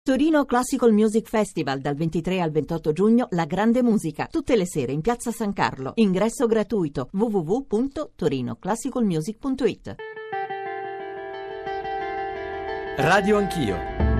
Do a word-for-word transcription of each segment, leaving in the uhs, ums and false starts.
Torino Classical Music Festival dal ventitré al ventotto giugno, la grande musica, tutte le sere in Piazza San Carlo. Ingresso gratuito w w w punto torino classical music punto i t. Radio Anch'io.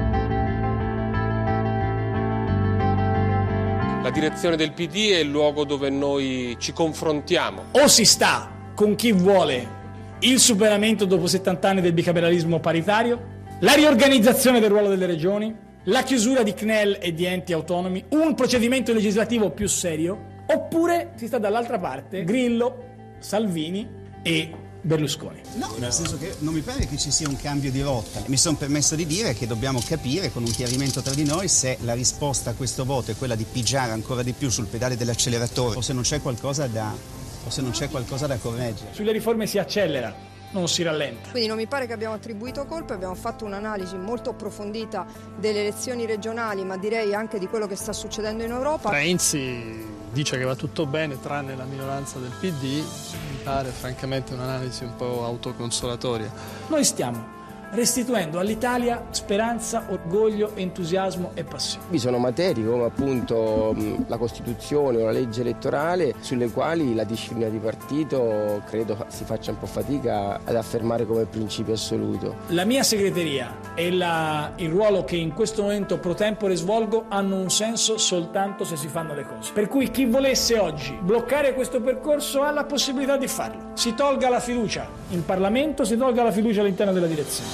La direzione del P D è il luogo dove noi ci confrontiamo. O si sta con chi vuole il superamento dopo settanta anni del bicameralismo paritario, la riorganizzazione del ruolo delle regioni, la chiusura di C N E L e di enti autonomi, un procedimento legislativo più serio, oppure si sta dall'altra parte Grillo, Salvini e Berlusconi. No, nel senso che non mi pare che ci sia un cambio di rotta. Mi sono permesso di dire che dobbiamo capire con un chiarimento tra di noi se la risposta a questo voto è quella di pigiare ancora di più sul pedale dell'acceleratore o se non c'è qualcosa da, o se non c'è qualcosa da correggere. Sulle riforme si accelera, non si rallenta. Quindi non mi pare che abbiamo attribuito colpe, abbiamo fatto un'analisi molto approfondita delle elezioni regionali, ma direi anche di quello che sta succedendo in Europa. Renzi dice che va tutto bene tranne la minoranza del P D, mi pare francamente un'analisi un po' autoconsolatoria. Noi stiamo restituendo all'Italia speranza, orgoglio, entusiasmo e passione. Vi sono materie come appunto la Costituzione o la legge elettorale sulle quali la disciplina di partito credo si faccia un po' fatica ad affermare come principio assoluto. La mia segreteria e la, il ruolo che in questo momento pro tempore svolgo hanno un senso soltanto se si fanno le cose. Per cui chi volesse oggi bloccare questo percorso ha la possibilità di farlo. Si tolga la fiducia in Parlamento, si tolga la fiducia all'interno della direzione.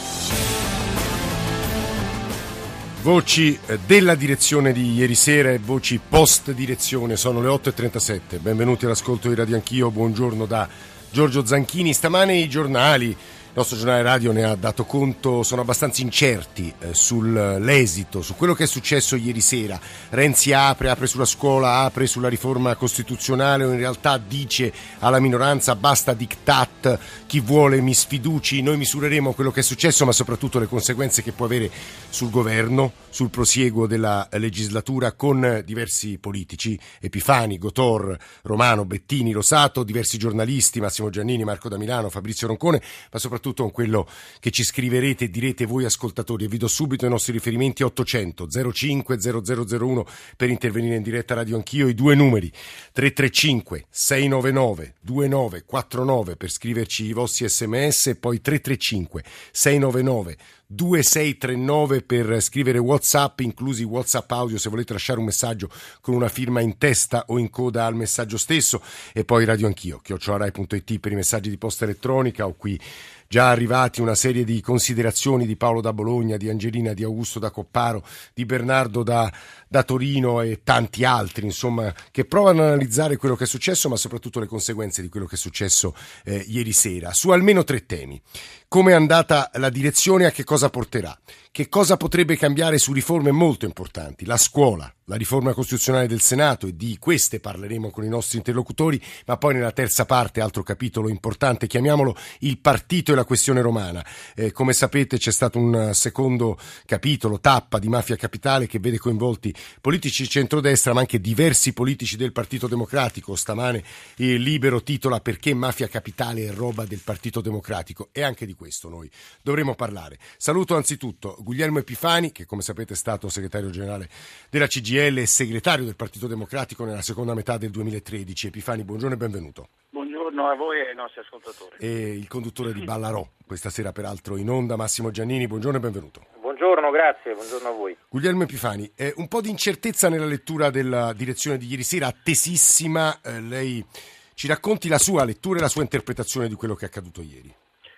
Voci della direzione di ieri sera e voci post direzione, sono le otto e trentasette. Benvenuti all'ascolto di Radio Anch'io, buongiorno da Giorgio Zanchini. Stamane i giornali, il nostro giornale radio ne ha dato conto, sono abbastanza incerti eh, sull'esito, su quello che è successo ieri sera. Renzi apre, apre sulla scuola, apre sulla riforma costituzionale o in realtà dice alla minoranza basta diktat, chi vuole mi sfiduci. Noi misureremo quello che è successo ma soprattutto le conseguenze che può avere sul governo, sul prosieguo della legislatura con diversi politici, Epifani, Gotor, Romano, Bettini, Rosato, diversi giornalisti, Massimo Giannini, Marco da Milano, Fabrizio Roncone, ma soprattutto con quello che ci scriverete e direte voi ascoltatori. E vi do subito i nostri riferimenti: ottocento zero cinque zero zero zero uno per intervenire in diretta Radio Anch'io, i due numeri tre tre cinque sei nove nove due nove quattro nove per scriverci i vostri sms e poi tre tre cinque sei nove nove due sei tre nove per scrivere WhatsApp, inclusi WhatsApp audio se volete lasciare un messaggio con una firma in testa o in coda al messaggio stesso, e poi Radio Anch'io chiocciola rai punto it per i messaggi di posta elettronica. Ho qui già arrivati una serie di considerazioni di Paolo da Bologna, di Angelina, di Augusto da Copparo, di Bernardo da, da Torino e tanti altri, insomma, che provano ad analizzare quello che è successo ma soprattutto le conseguenze di quello che è successo eh, ieri sera, su almeno tre temi. Come è andata la direzione, a che cosa porterà? Che cosa potrebbe cambiare su riforme molto importanti? La scuola, la riforma costituzionale del Senato, e di queste parleremo con i nostri interlocutori, ma poi nella terza parte, altro capitolo importante, chiamiamolo il partito e la questione romana. Eh, come sapete c'è stato un secondo capitolo, tappa di Mafia Capitale, che vede coinvolti politici di centrodestra ma anche diversi politici del Partito Democratico. Stamane il Libero titola "Perché Mafia Capitale è roba del Partito Democratico", e anche di questo noi dovremo parlare. Saluto anzitutto Guglielmo Epifani, che come sapete è stato segretario generale della C G I L e segretario del Partito Democratico nella seconda metà del duemilatredici. Epifani, buongiorno e benvenuto. Buongiorno a voi e ai nostri ascoltatori. E il conduttore di Ballarò, questa sera peraltro in onda, Massimo Giannini, buongiorno e benvenuto. Buongiorno, grazie, buongiorno a voi. Guglielmo Epifani, eh, un po' di incertezza nella lettura della direzione di ieri sera, attesissima. Eh, lei ci racconti la sua lettura e la sua interpretazione di quello che è accaduto ieri.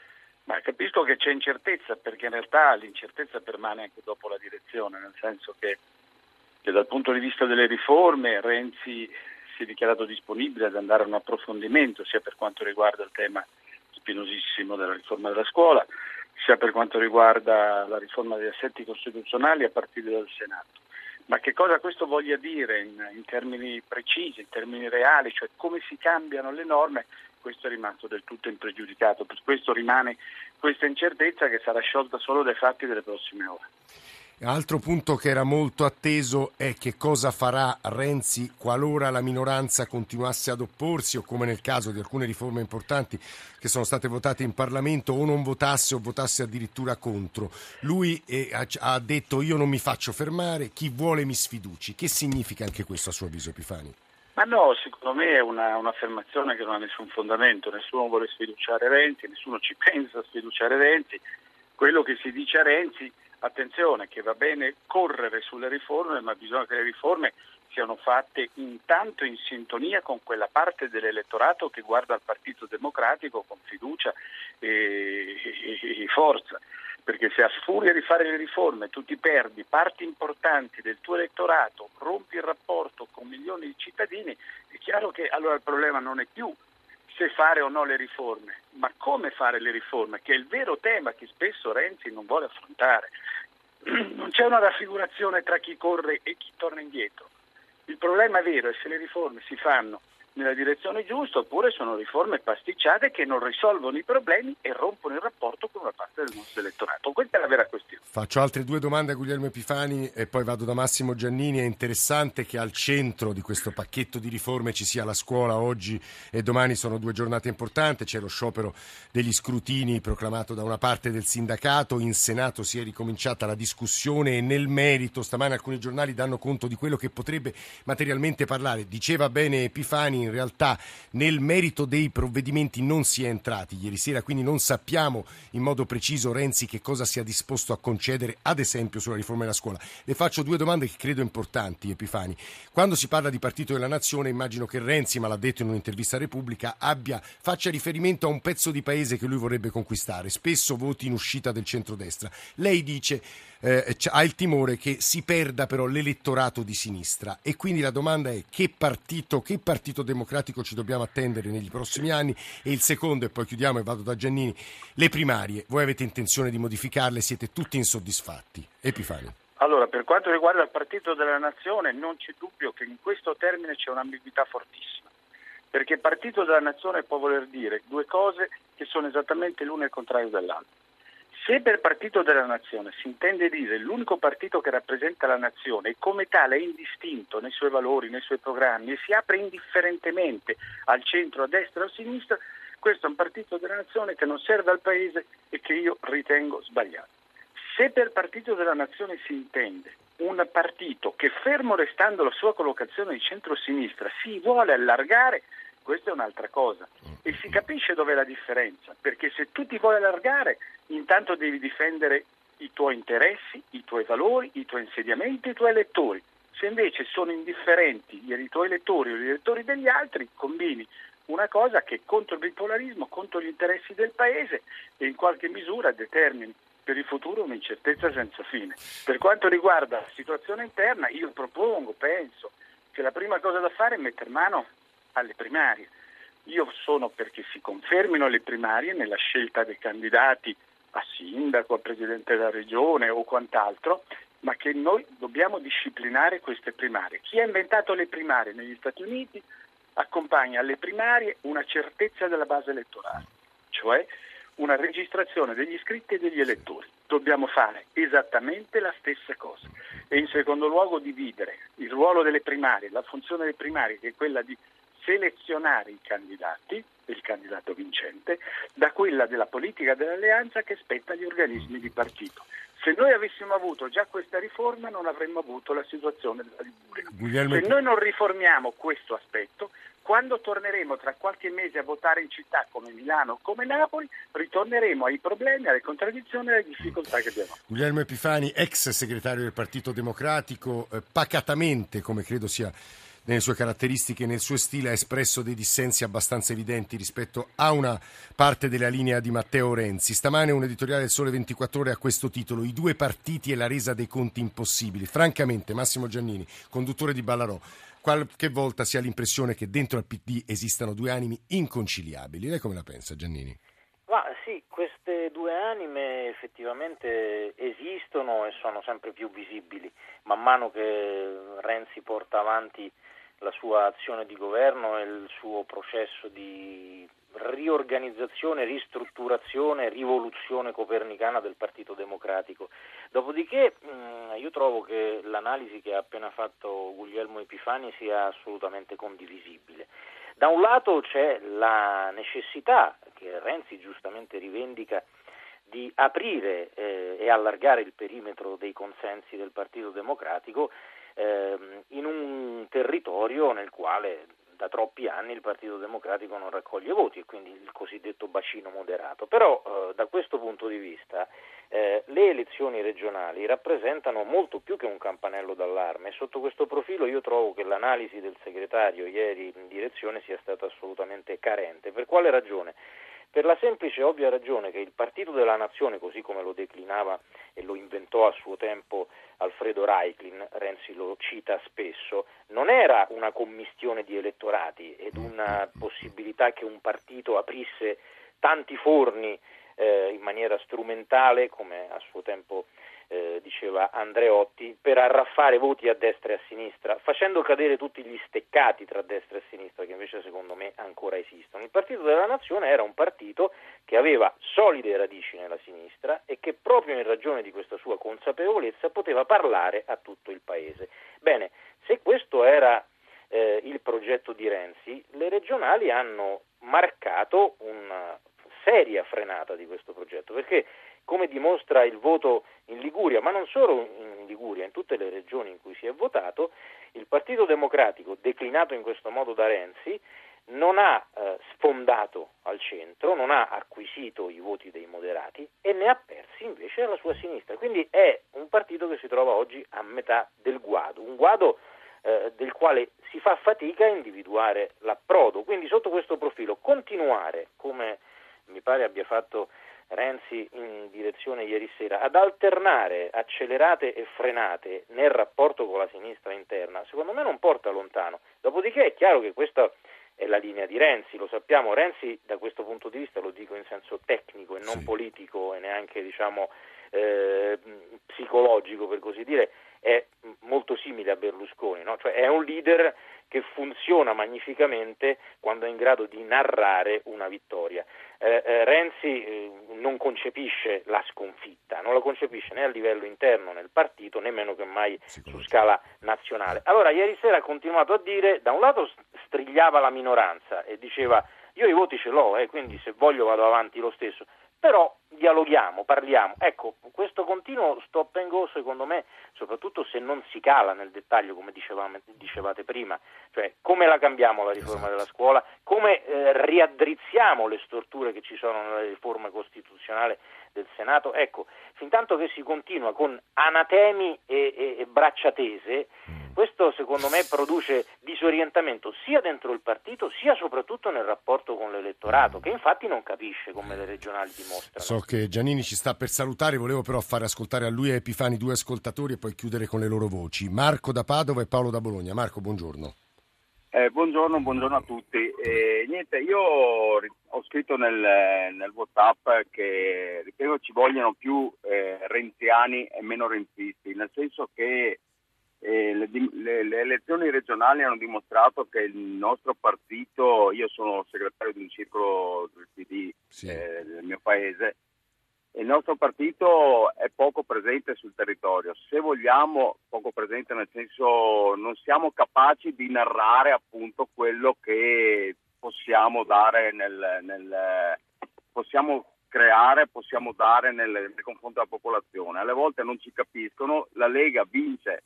Ma capisco che c'è incertezza, perché in realtà l'incertezza permane anche dopo la direzione, nel senso che, che dal punto di vista delle riforme Renzi si è dichiarato disponibile ad andare a un approfondimento, sia per quanto riguarda il tema spinosissimo della riforma della scuola, sia per quanto riguarda la riforma degli assetti costituzionali a partire dal Senato. Ma che cosa questo voglia dire in, in termini precisi, in termini reali, cioè come si cambiano le norme, questo è rimasto del tutto impregiudicato. Per questo rimane questa incertezza che sarà sciolta solo dai fatti delle prossime ore. Altro punto che era molto atteso è che cosa farà Renzi qualora la minoranza continuasse ad opporsi o, come nel caso di alcune riforme importanti che sono state votate in Parlamento, o non votasse o votasse addirittura contro. Lui eh, ha detto: io non mi faccio fermare, chi vuole mi sfiduci. Che significa anche questo a suo avviso, Epifani? Ma no, secondo me è una, un'affermazione che non ha nessun fondamento, nessuno vuole sfiduciare Renzi, nessuno ci pensa a sfiduciare Renzi. Quello che si dice a Renzi: attenzione, che va bene correre sulle riforme, ma bisogna che le riforme siano fatte intanto in sintonia con quella parte dell'elettorato che guarda al Partito Democratico con fiducia e, e, e forza. Perché se a furia di fare le riforme tu ti perdi parti importanti del tuo elettorato, rompi il rapporto con milioni di cittadini, è chiaro che allora il problema non è più se fare o no le riforme, ma come fare le riforme, che è il vero tema che spesso Renzi non vuole affrontare. Non c'è una raffigurazione tra chi corre e chi torna indietro. Il problema vero è se le riforme si fanno nella direzione giusta oppure sono riforme pasticciate che non risolvono i problemi e rompono il rapporto con una parte del nostro elettorato. Questa è la vera questione. Faccio altre due domande a Guglielmo Epifani e poi vado da Massimo Giannini. È interessante che al centro di questo pacchetto di riforme ci sia la scuola. Oggi e domani sono due giornate importanti, c'è lo sciopero degli scrutini proclamato da una parte del sindacato, in Senato si è ricominciata la discussione e nel merito stamane alcuni giornali danno conto di quello che potrebbe materialmente parlare. Diceva bene Epifani, in realtà nel merito dei provvedimenti non si è entrati ieri sera, quindi non sappiamo in modo preciso Renzi che cosa sia disposto a concedere, ad esempio sulla riforma della scuola. Le faccio due domande che credo importanti, Epifani. Quando si parla di partito della nazione, immagino che Renzi, ma l'ha detto in un'intervista a Repubblica, abbia faccia riferimento a un pezzo di paese che lui vorrebbe conquistare, spesso voti in uscita del centrodestra. Lei dice eh, ha il timore che si perda però l'elettorato di sinistra, e quindi la domanda è: che partito, che partito democratico ci dobbiamo attendere negli prossimi anni? E il secondo, e poi chiudiamo e vado da Giannini, le primarie, voi avete intenzione di modificarle? Siete tutti insoddisfatti? Epifani. Allora, per quanto riguarda il partito della nazione, non c'è dubbio che in questo termine c'è un'ambiguità fortissima, perché partito della nazione può voler dire due cose che sono esattamente l'una e il contrario dell'altra. Se per partito della nazione si intende dire l'unico partito che rappresenta la nazione e come tale è indistinto nei suoi valori, nei suoi programmi e si apre indifferentemente al centro, a destra o a sinistra, questo è un partito della nazione che non serve al paese e che io ritengo sbagliato. Se per partito della nazione si intende un partito che, fermo restando la sua collocazione di centro-sinistra, si vuole allargare, questa è un'altra cosa. E si capisce dov'è la differenza, perché se tu ti vuoi allargare, intanto devi difendere i tuoi interessi, i tuoi valori, i tuoi insediamenti, i tuoi elettori. Se invece sono indifferenti i tuoi elettori o gli elettori degli altri, combini una cosa che è contro il bipolarismo, contro gli interessi del paese e in qualche misura determini per il futuro un'incertezza senza fine. Per quanto riguarda la situazione interna, io propongo, penso, che la prima cosa da fare è mettere mano alle primarie. Io sono perché si confermino le primarie nella scelta dei candidati a sindaco, a presidente della regione o quant'altro, ma che noi dobbiamo disciplinare queste primarie. Chi ha inventato le primarie negli Stati Uniti accompagna alle primarie una certezza della base elettorale, cioè una registrazione degli iscritti e degli elettori. Dobbiamo fare esattamente la stessa cosa e in secondo luogo dividere il ruolo delle primarie, la funzione delle primarie, che è quella di selezionare i candidati, il candidato vincente, da quella della politica dell'alleanza che spetta agli organismi di partito. Se noi avessimo avuto già questa riforma non avremmo avuto la situazione della Liguria. Guglielmo... Se noi non riformiamo questo aspetto, quando torneremo tra qualche mese a votare in città come Milano o come Napoli, ritorneremo ai problemi, alle contraddizioni e alle difficoltà che abbiamo. Guglielmo Epifani, ex segretario del Partito Democratico, eh, pacatamente, come credo sia nelle sue caratteristiche e nel suo stile, ha espresso dei dissensi abbastanza evidenti rispetto a una parte della linea di Matteo Renzi. Stamane un editoriale del Sole ventiquattro Ore a questo titolo: i due partiti e la resa dei conti impossibili. Francamente, Massimo Giannini, conduttore di Ballarò, qualche volta si ha l'impressione che dentro al P D esistano due anime inconciliabili. Lei come la pensa, Giannini? Ma sì, queste due anime effettivamente esistono e sono sempre più visibili man mano che Renzi porta avanti la sua azione di governo e il suo processo di riorganizzazione, ristrutturazione, rivoluzione copernicana del Partito Democratico. Dopodiché mh, io trovo che l'analisi che ha appena fatto Guglielmo Epifani sia assolutamente condivisibile. Da un lato c'è la necessità, che Renzi giustamente rivendica, di aprire eh, e allargare il perimetro dei consensi del Partito Democratico eh, in un territorio nel quale da troppi anni il Partito Democratico non raccoglie voti, e quindi il cosiddetto bacino moderato. Però eh, da questo punto di vista eh, le elezioni regionali rappresentano molto più che un campanello d'allarme, e sotto questo profilo io trovo che l'analisi del segretario ieri in direzione sia stata assolutamente carente. Per quale ragione? Per la semplice e ovvia ragione che il Partito della Nazione, così come lo declinava e lo inventò a suo tempo Alfredo Raiklin, Renzi lo cita spesso, non era una commistione di elettorati ed una possibilità che un partito aprisse tanti forni eh, in maniera strumentale, come a suo tempo eh, diceva Andreotti, per arraffare voti a destra e a sinistra, facendo cadere tutti gli steccati tra destra e sinistra che invece secondo me ancora esistono. Il Partito della Nazione era un partito che aveva solide radici nella sinistra e che proprio in ragione di questa sua consapevolezza poteva parlare a tutto il paese. Bene, se questo era eh, il progetto di Renzi, le regionali hanno marcato una seria frenata di questo progetto, perché come dimostra il voto in Liguria, ma non solo in Liguria, in tutte le regioni in cui si è votato, il Partito Democratico, declinato in questo modo da Renzi, non ha eh, sfondato al centro, non ha acquisito i voti dei moderati e ne ha persi invece alla sua sinistra. Quindi è un partito che si trova oggi a metà del guado, un guado eh, del quale si fa fatica a individuare l'approdo. Quindi sotto questo profilo continuare, come mi pare abbia fatto Renzi in direzione ieri sera, ad alternare accelerate e frenate nel rapporto con la sinistra interna, secondo me non porta lontano. Dopodiché è chiaro che questa è la linea di Renzi, lo sappiamo. Renzi da questo punto di vista, lo dico in senso tecnico e non sì. politico e neanche diciamo eh, psicologico per così dire, è molto simile a Berlusconi, no? Cioè è un leader che funziona magnificamente quando è in grado di narrare una vittoria. Eh, eh, Renzi eh, non concepisce la sconfitta, non la concepisce né a livello interno nel partito, nemmeno che mai su scala nazionale. Allora ieri sera ha continuato a dire, da un lato strigliava la minoranza e diceva io i voti ce l'ho, eh, quindi se voglio vado avanti lo stesso, però dialoghiamo, parliamo. Ecco, questo continuo stop and go secondo me, soprattutto se non si cala nel dettaglio come dicevamo, dicevate prima, cioè come la cambiamo la riforma esatto. della scuola, come eh, riaddrizziamo le storture che ci sono nella riforma costituzionale del Senato. Ecco, fin tanto che si continua con anatemi e, e, e braccia tese, questo secondo me produce disorientamento sia dentro il partito sia soprattutto nel rapporto con l'elettorato, che infatti non capisce come le regionali dimostrano. So che Giannini ci sta per salutare, volevo però fare ascoltare a lui e a Epifani due ascoltatori e poi chiudere con le loro voci. Marco da Padova e Paolo da Bologna. Marco, buongiorno. Eh, buongiorno, buongiorno a tutti. Eh, niente, io ho scritto nel, nel WhatsApp che ritengo ci vogliono più eh, renziani e meno renzisti, nel senso che Eh, le, le, le elezioni regionali hanno dimostrato che il nostro partito, io sono segretario di un circolo del P D sì. eh, del mio paese, il nostro partito è poco presente sul territorio, se vogliamo poco presente nel senso non siamo capaci di narrare appunto quello che possiamo dare nel, nel possiamo creare, possiamo dare nel, nel confronto alla popolazione. Alle volte non ci capiscono, la Lega vince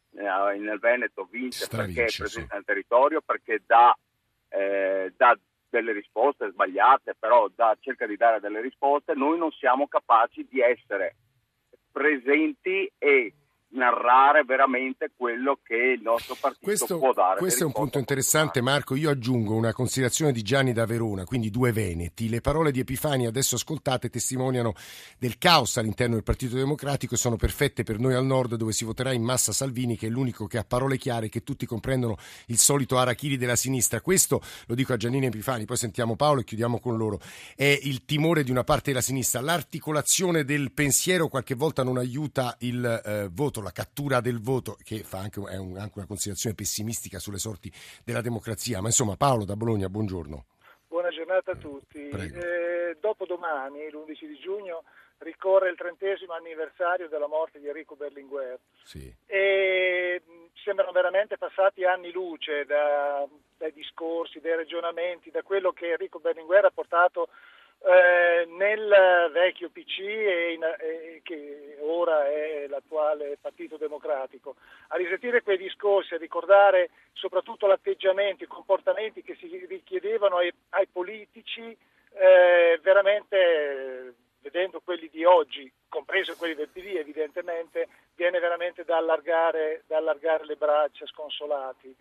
nel Veneto vince Stravince, perché è presente sì. nel territorio, perché dà, eh, dà delle risposte sbagliate, però dà, cerca di dare delle risposte. Noi non siamo capaci di essere presenti e narrare veramente quello che il nostro partito questo, può dare. Questo è un punto interessante, Marco. Io aggiungo una considerazione di Gianni da Verona, quindi due veneti. Le parole di Epifani adesso ascoltate testimoniano del caos all'interno del Partito Democratico e sono perfette per noi al nord, dove si voterà in massa Salvini, che è l'unico che ha parole chiare, che tutti comprendono il solito harakiri della sinistra. Questo lo dico a Giannini Epifani, poi sentiamo Paolo e chiudiamo con loro. È il timore di una parte della sinistra, l'articolazione del pensiero qualche volta non aiuta il eh, voto. la cattura del voto, che fa anche, è un, anche una considerazione pessimistica sulle sorti della democrazia. Ma insomma, Paolo da Bologna, buongiorno. Buona giornata a tutti. Eh, dopodomani, l'undici di giugno, ricorre il trentesimo anniversario della morte di Enrico Berlinguer. Sì. E sembrano veramente passati anni luce da, dai discorsi, dai ragionamenti, da quello che Enrico Berlinguer ha portato eh, nel vecchio P C e, in, e che ora è l'attuale Partito Democratico. A risentire quei discorsi, a ricordare soprattutto l'atteggiamento, i comportamenti che si richiedevano ai, ai politici, eh, veramente, vedendo quelli di oggi, compreso quelli del P D evidentemente, viene veramente da allargare, da allargare le braccia sconsolati.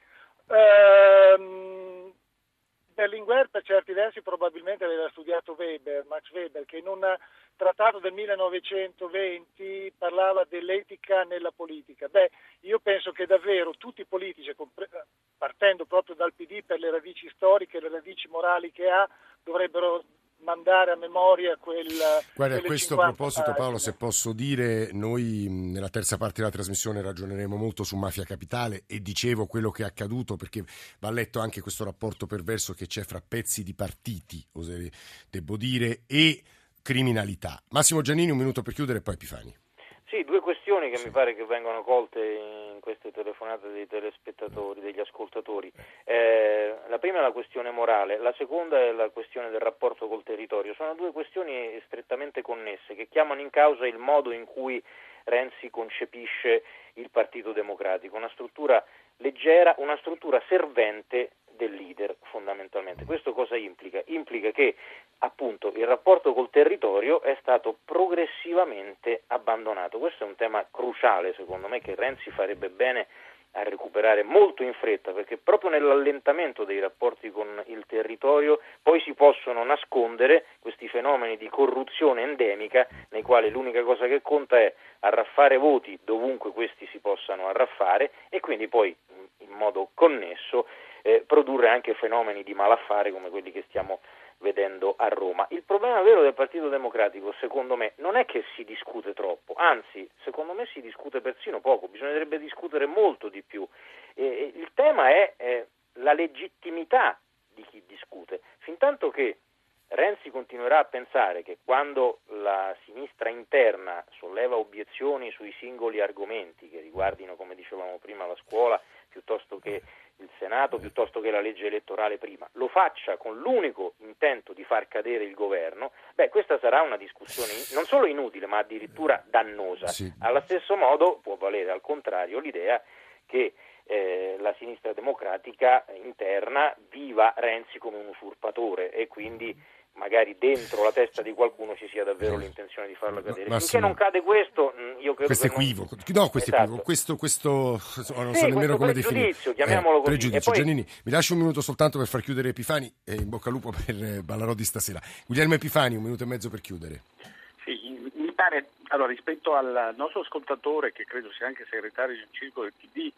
Ehm, Berlinguer per certi versi probabilmente aveva studiato Weber, Max Weber, che in un trattato del millenovecentoventi parlava dell'etica nella politica. Beh, io penso che davvero tutti i politici, partendo proprio dal P D per le radici storiche, le radici morali che ha, dovrebbero mandare a memoria quel... Guarda, a questo proposito pagine. Paolo, se posso dire, noi nella terza parte della trasmissione ragioneremo molto su Mafia Capitale e dicevo quello che è accaduto, perché va letto anche questo rapporto perverso che c'è fra pezzi di partiti, devo dire, e criminalità. Massimo Giannini, un minuto per chiudere e poi Epifani. Sì, due questioni che sì. mi pare che vengono colte in queste telefonate dei telespettatori, degli ascoltatori. Eh, la prima è la questione morale, la seconda è la questione del rapporto col territorio. Sono due questioni strettamente connesse che chiamano in causa il modo in cui Renzi concepisce il Partito Democratico, una struttura leggera, una struttura servente del leader fondamentalmente. Questo cosa implica? Implica che appunto il rapporto col territorio è stato progressivamente abbandonato. Questo è un tema cruciale secondo me che Renzi farebbe bene a recuperare molto in fretta, perché proprio nell'allentamento dei rapporti con il territorio poi si possono nascondere questi fenomeni di corruzione endemica nei quali l'unica cosa che conta è arraffare voti dovunque questi si possano arraffare e quindi poi in modo connesso eh, produrre anche fenomeni di malaffare come quelli che stiamo vedendo a Roma. Il problema vero del Partito Democratico, secondo me, non è che si discute troppo, anzi, secondo me si discute persino poco, bisognerebbe discutere molto di più. E, il tema è eh, la legittimità di chi discute, fintanto che Renzi continuerà a pensare che quando la sinistra interna solleva obiezioni sui singoli argomenti che riguardino, come dicevamo prima, la scuola, piuttosto che il Senato, piuttosto che la legge elettorale prima, lo faccia con l'unico intento di far cadere il governo, beh, questa sarà una discussione non solo inutile, ma addirittura dannosa. Sì. Allo stesso modo può valere al contrario l'idea che eh, la sinistra democratica interna viva Renzi come un usurpatore e quindi magari dentro la testa di qualcuno ci sia davvero l'intenzione di farlo cadere. No, finché non cade questo, io credo questo equivoco, non... no, questo esatto. equivoco, questo, questo non sì, so nemmeno come definire. Chiamiamolo eh, così. Pregiudizio. Poi... Giannini, mi lasci un minuto soltanto per far chiudere Epifani e in bocca al lupo per eh, Ballarò di stasera. Guglielmo Epifani, un minuto e mezzo per chiudere. Sì, mi pare, allora rispetto al nostro ascoltatore, che credo sia anche segretario di un circolo del P D,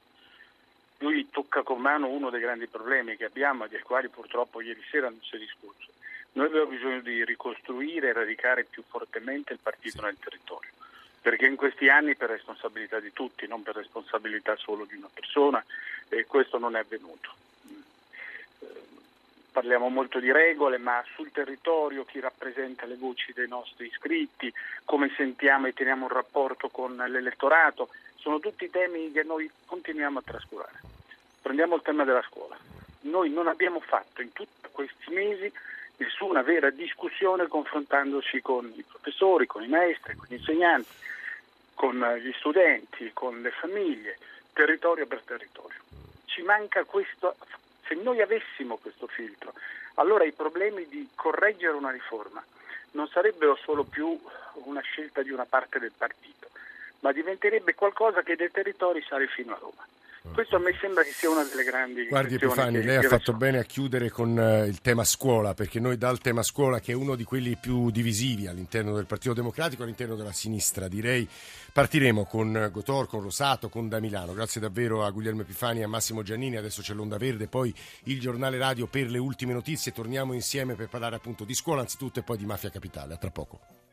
lui tocca con mano uno dei grandi problemi che abbiamo, dei quali purtroppo ieri sera non si è discusso. Noi abbiamo bisogno di ricostruire e radicare più fortemente il partito nel territorio, perché in questi anni, per responsabilità di tutti, non per responsabilità solo di una persona, eh, questo non è avvenuto. Eh, parliamo molto di regole, ma sul territorio chi rappresenta le voci dei nostri iscritti, come sentiamo e teniamo un rapporto con l'elettorato, sono tutti temi che noi continuiamo a trascurare. Prendiamo il tema della scuola. Noi non abbiamo fatto in tutti questi mesi nessuna vera discussione confrontandoci con i professori, con i maestri, con gli insegnanti, con gli studenti, con le famiglie, territorio per territorio. Ci manca questo. Se noi avessimo questo filtro, allora i problemi di correggere una riforma non sarebbero solo più una scelta di una parte del partito, ma diventerebbe qualcosa che dei territori sale fino a Roma. Questo a me sembra che sia una delle grandi Guardi Epifani, lei ha fatto sono. bene a chiudere con uh, il tema scuola, perché noi dal tema scuola, che è uno di quelli più divisivi all'interno del Partito Democratico, all'interno della sinistra, direi, partiremo con Gotor, con Rosato, con Da Milano. Grazie davvero a Guglielmo Epifani e a Massimo Giannini. Adesso c'è l'Onda Verde, poi il giornale radio per le ultime notizie. Torniamo insieme per parlare appunto di scuola anzitutto e poi di Mafia Capitale. A tra poco.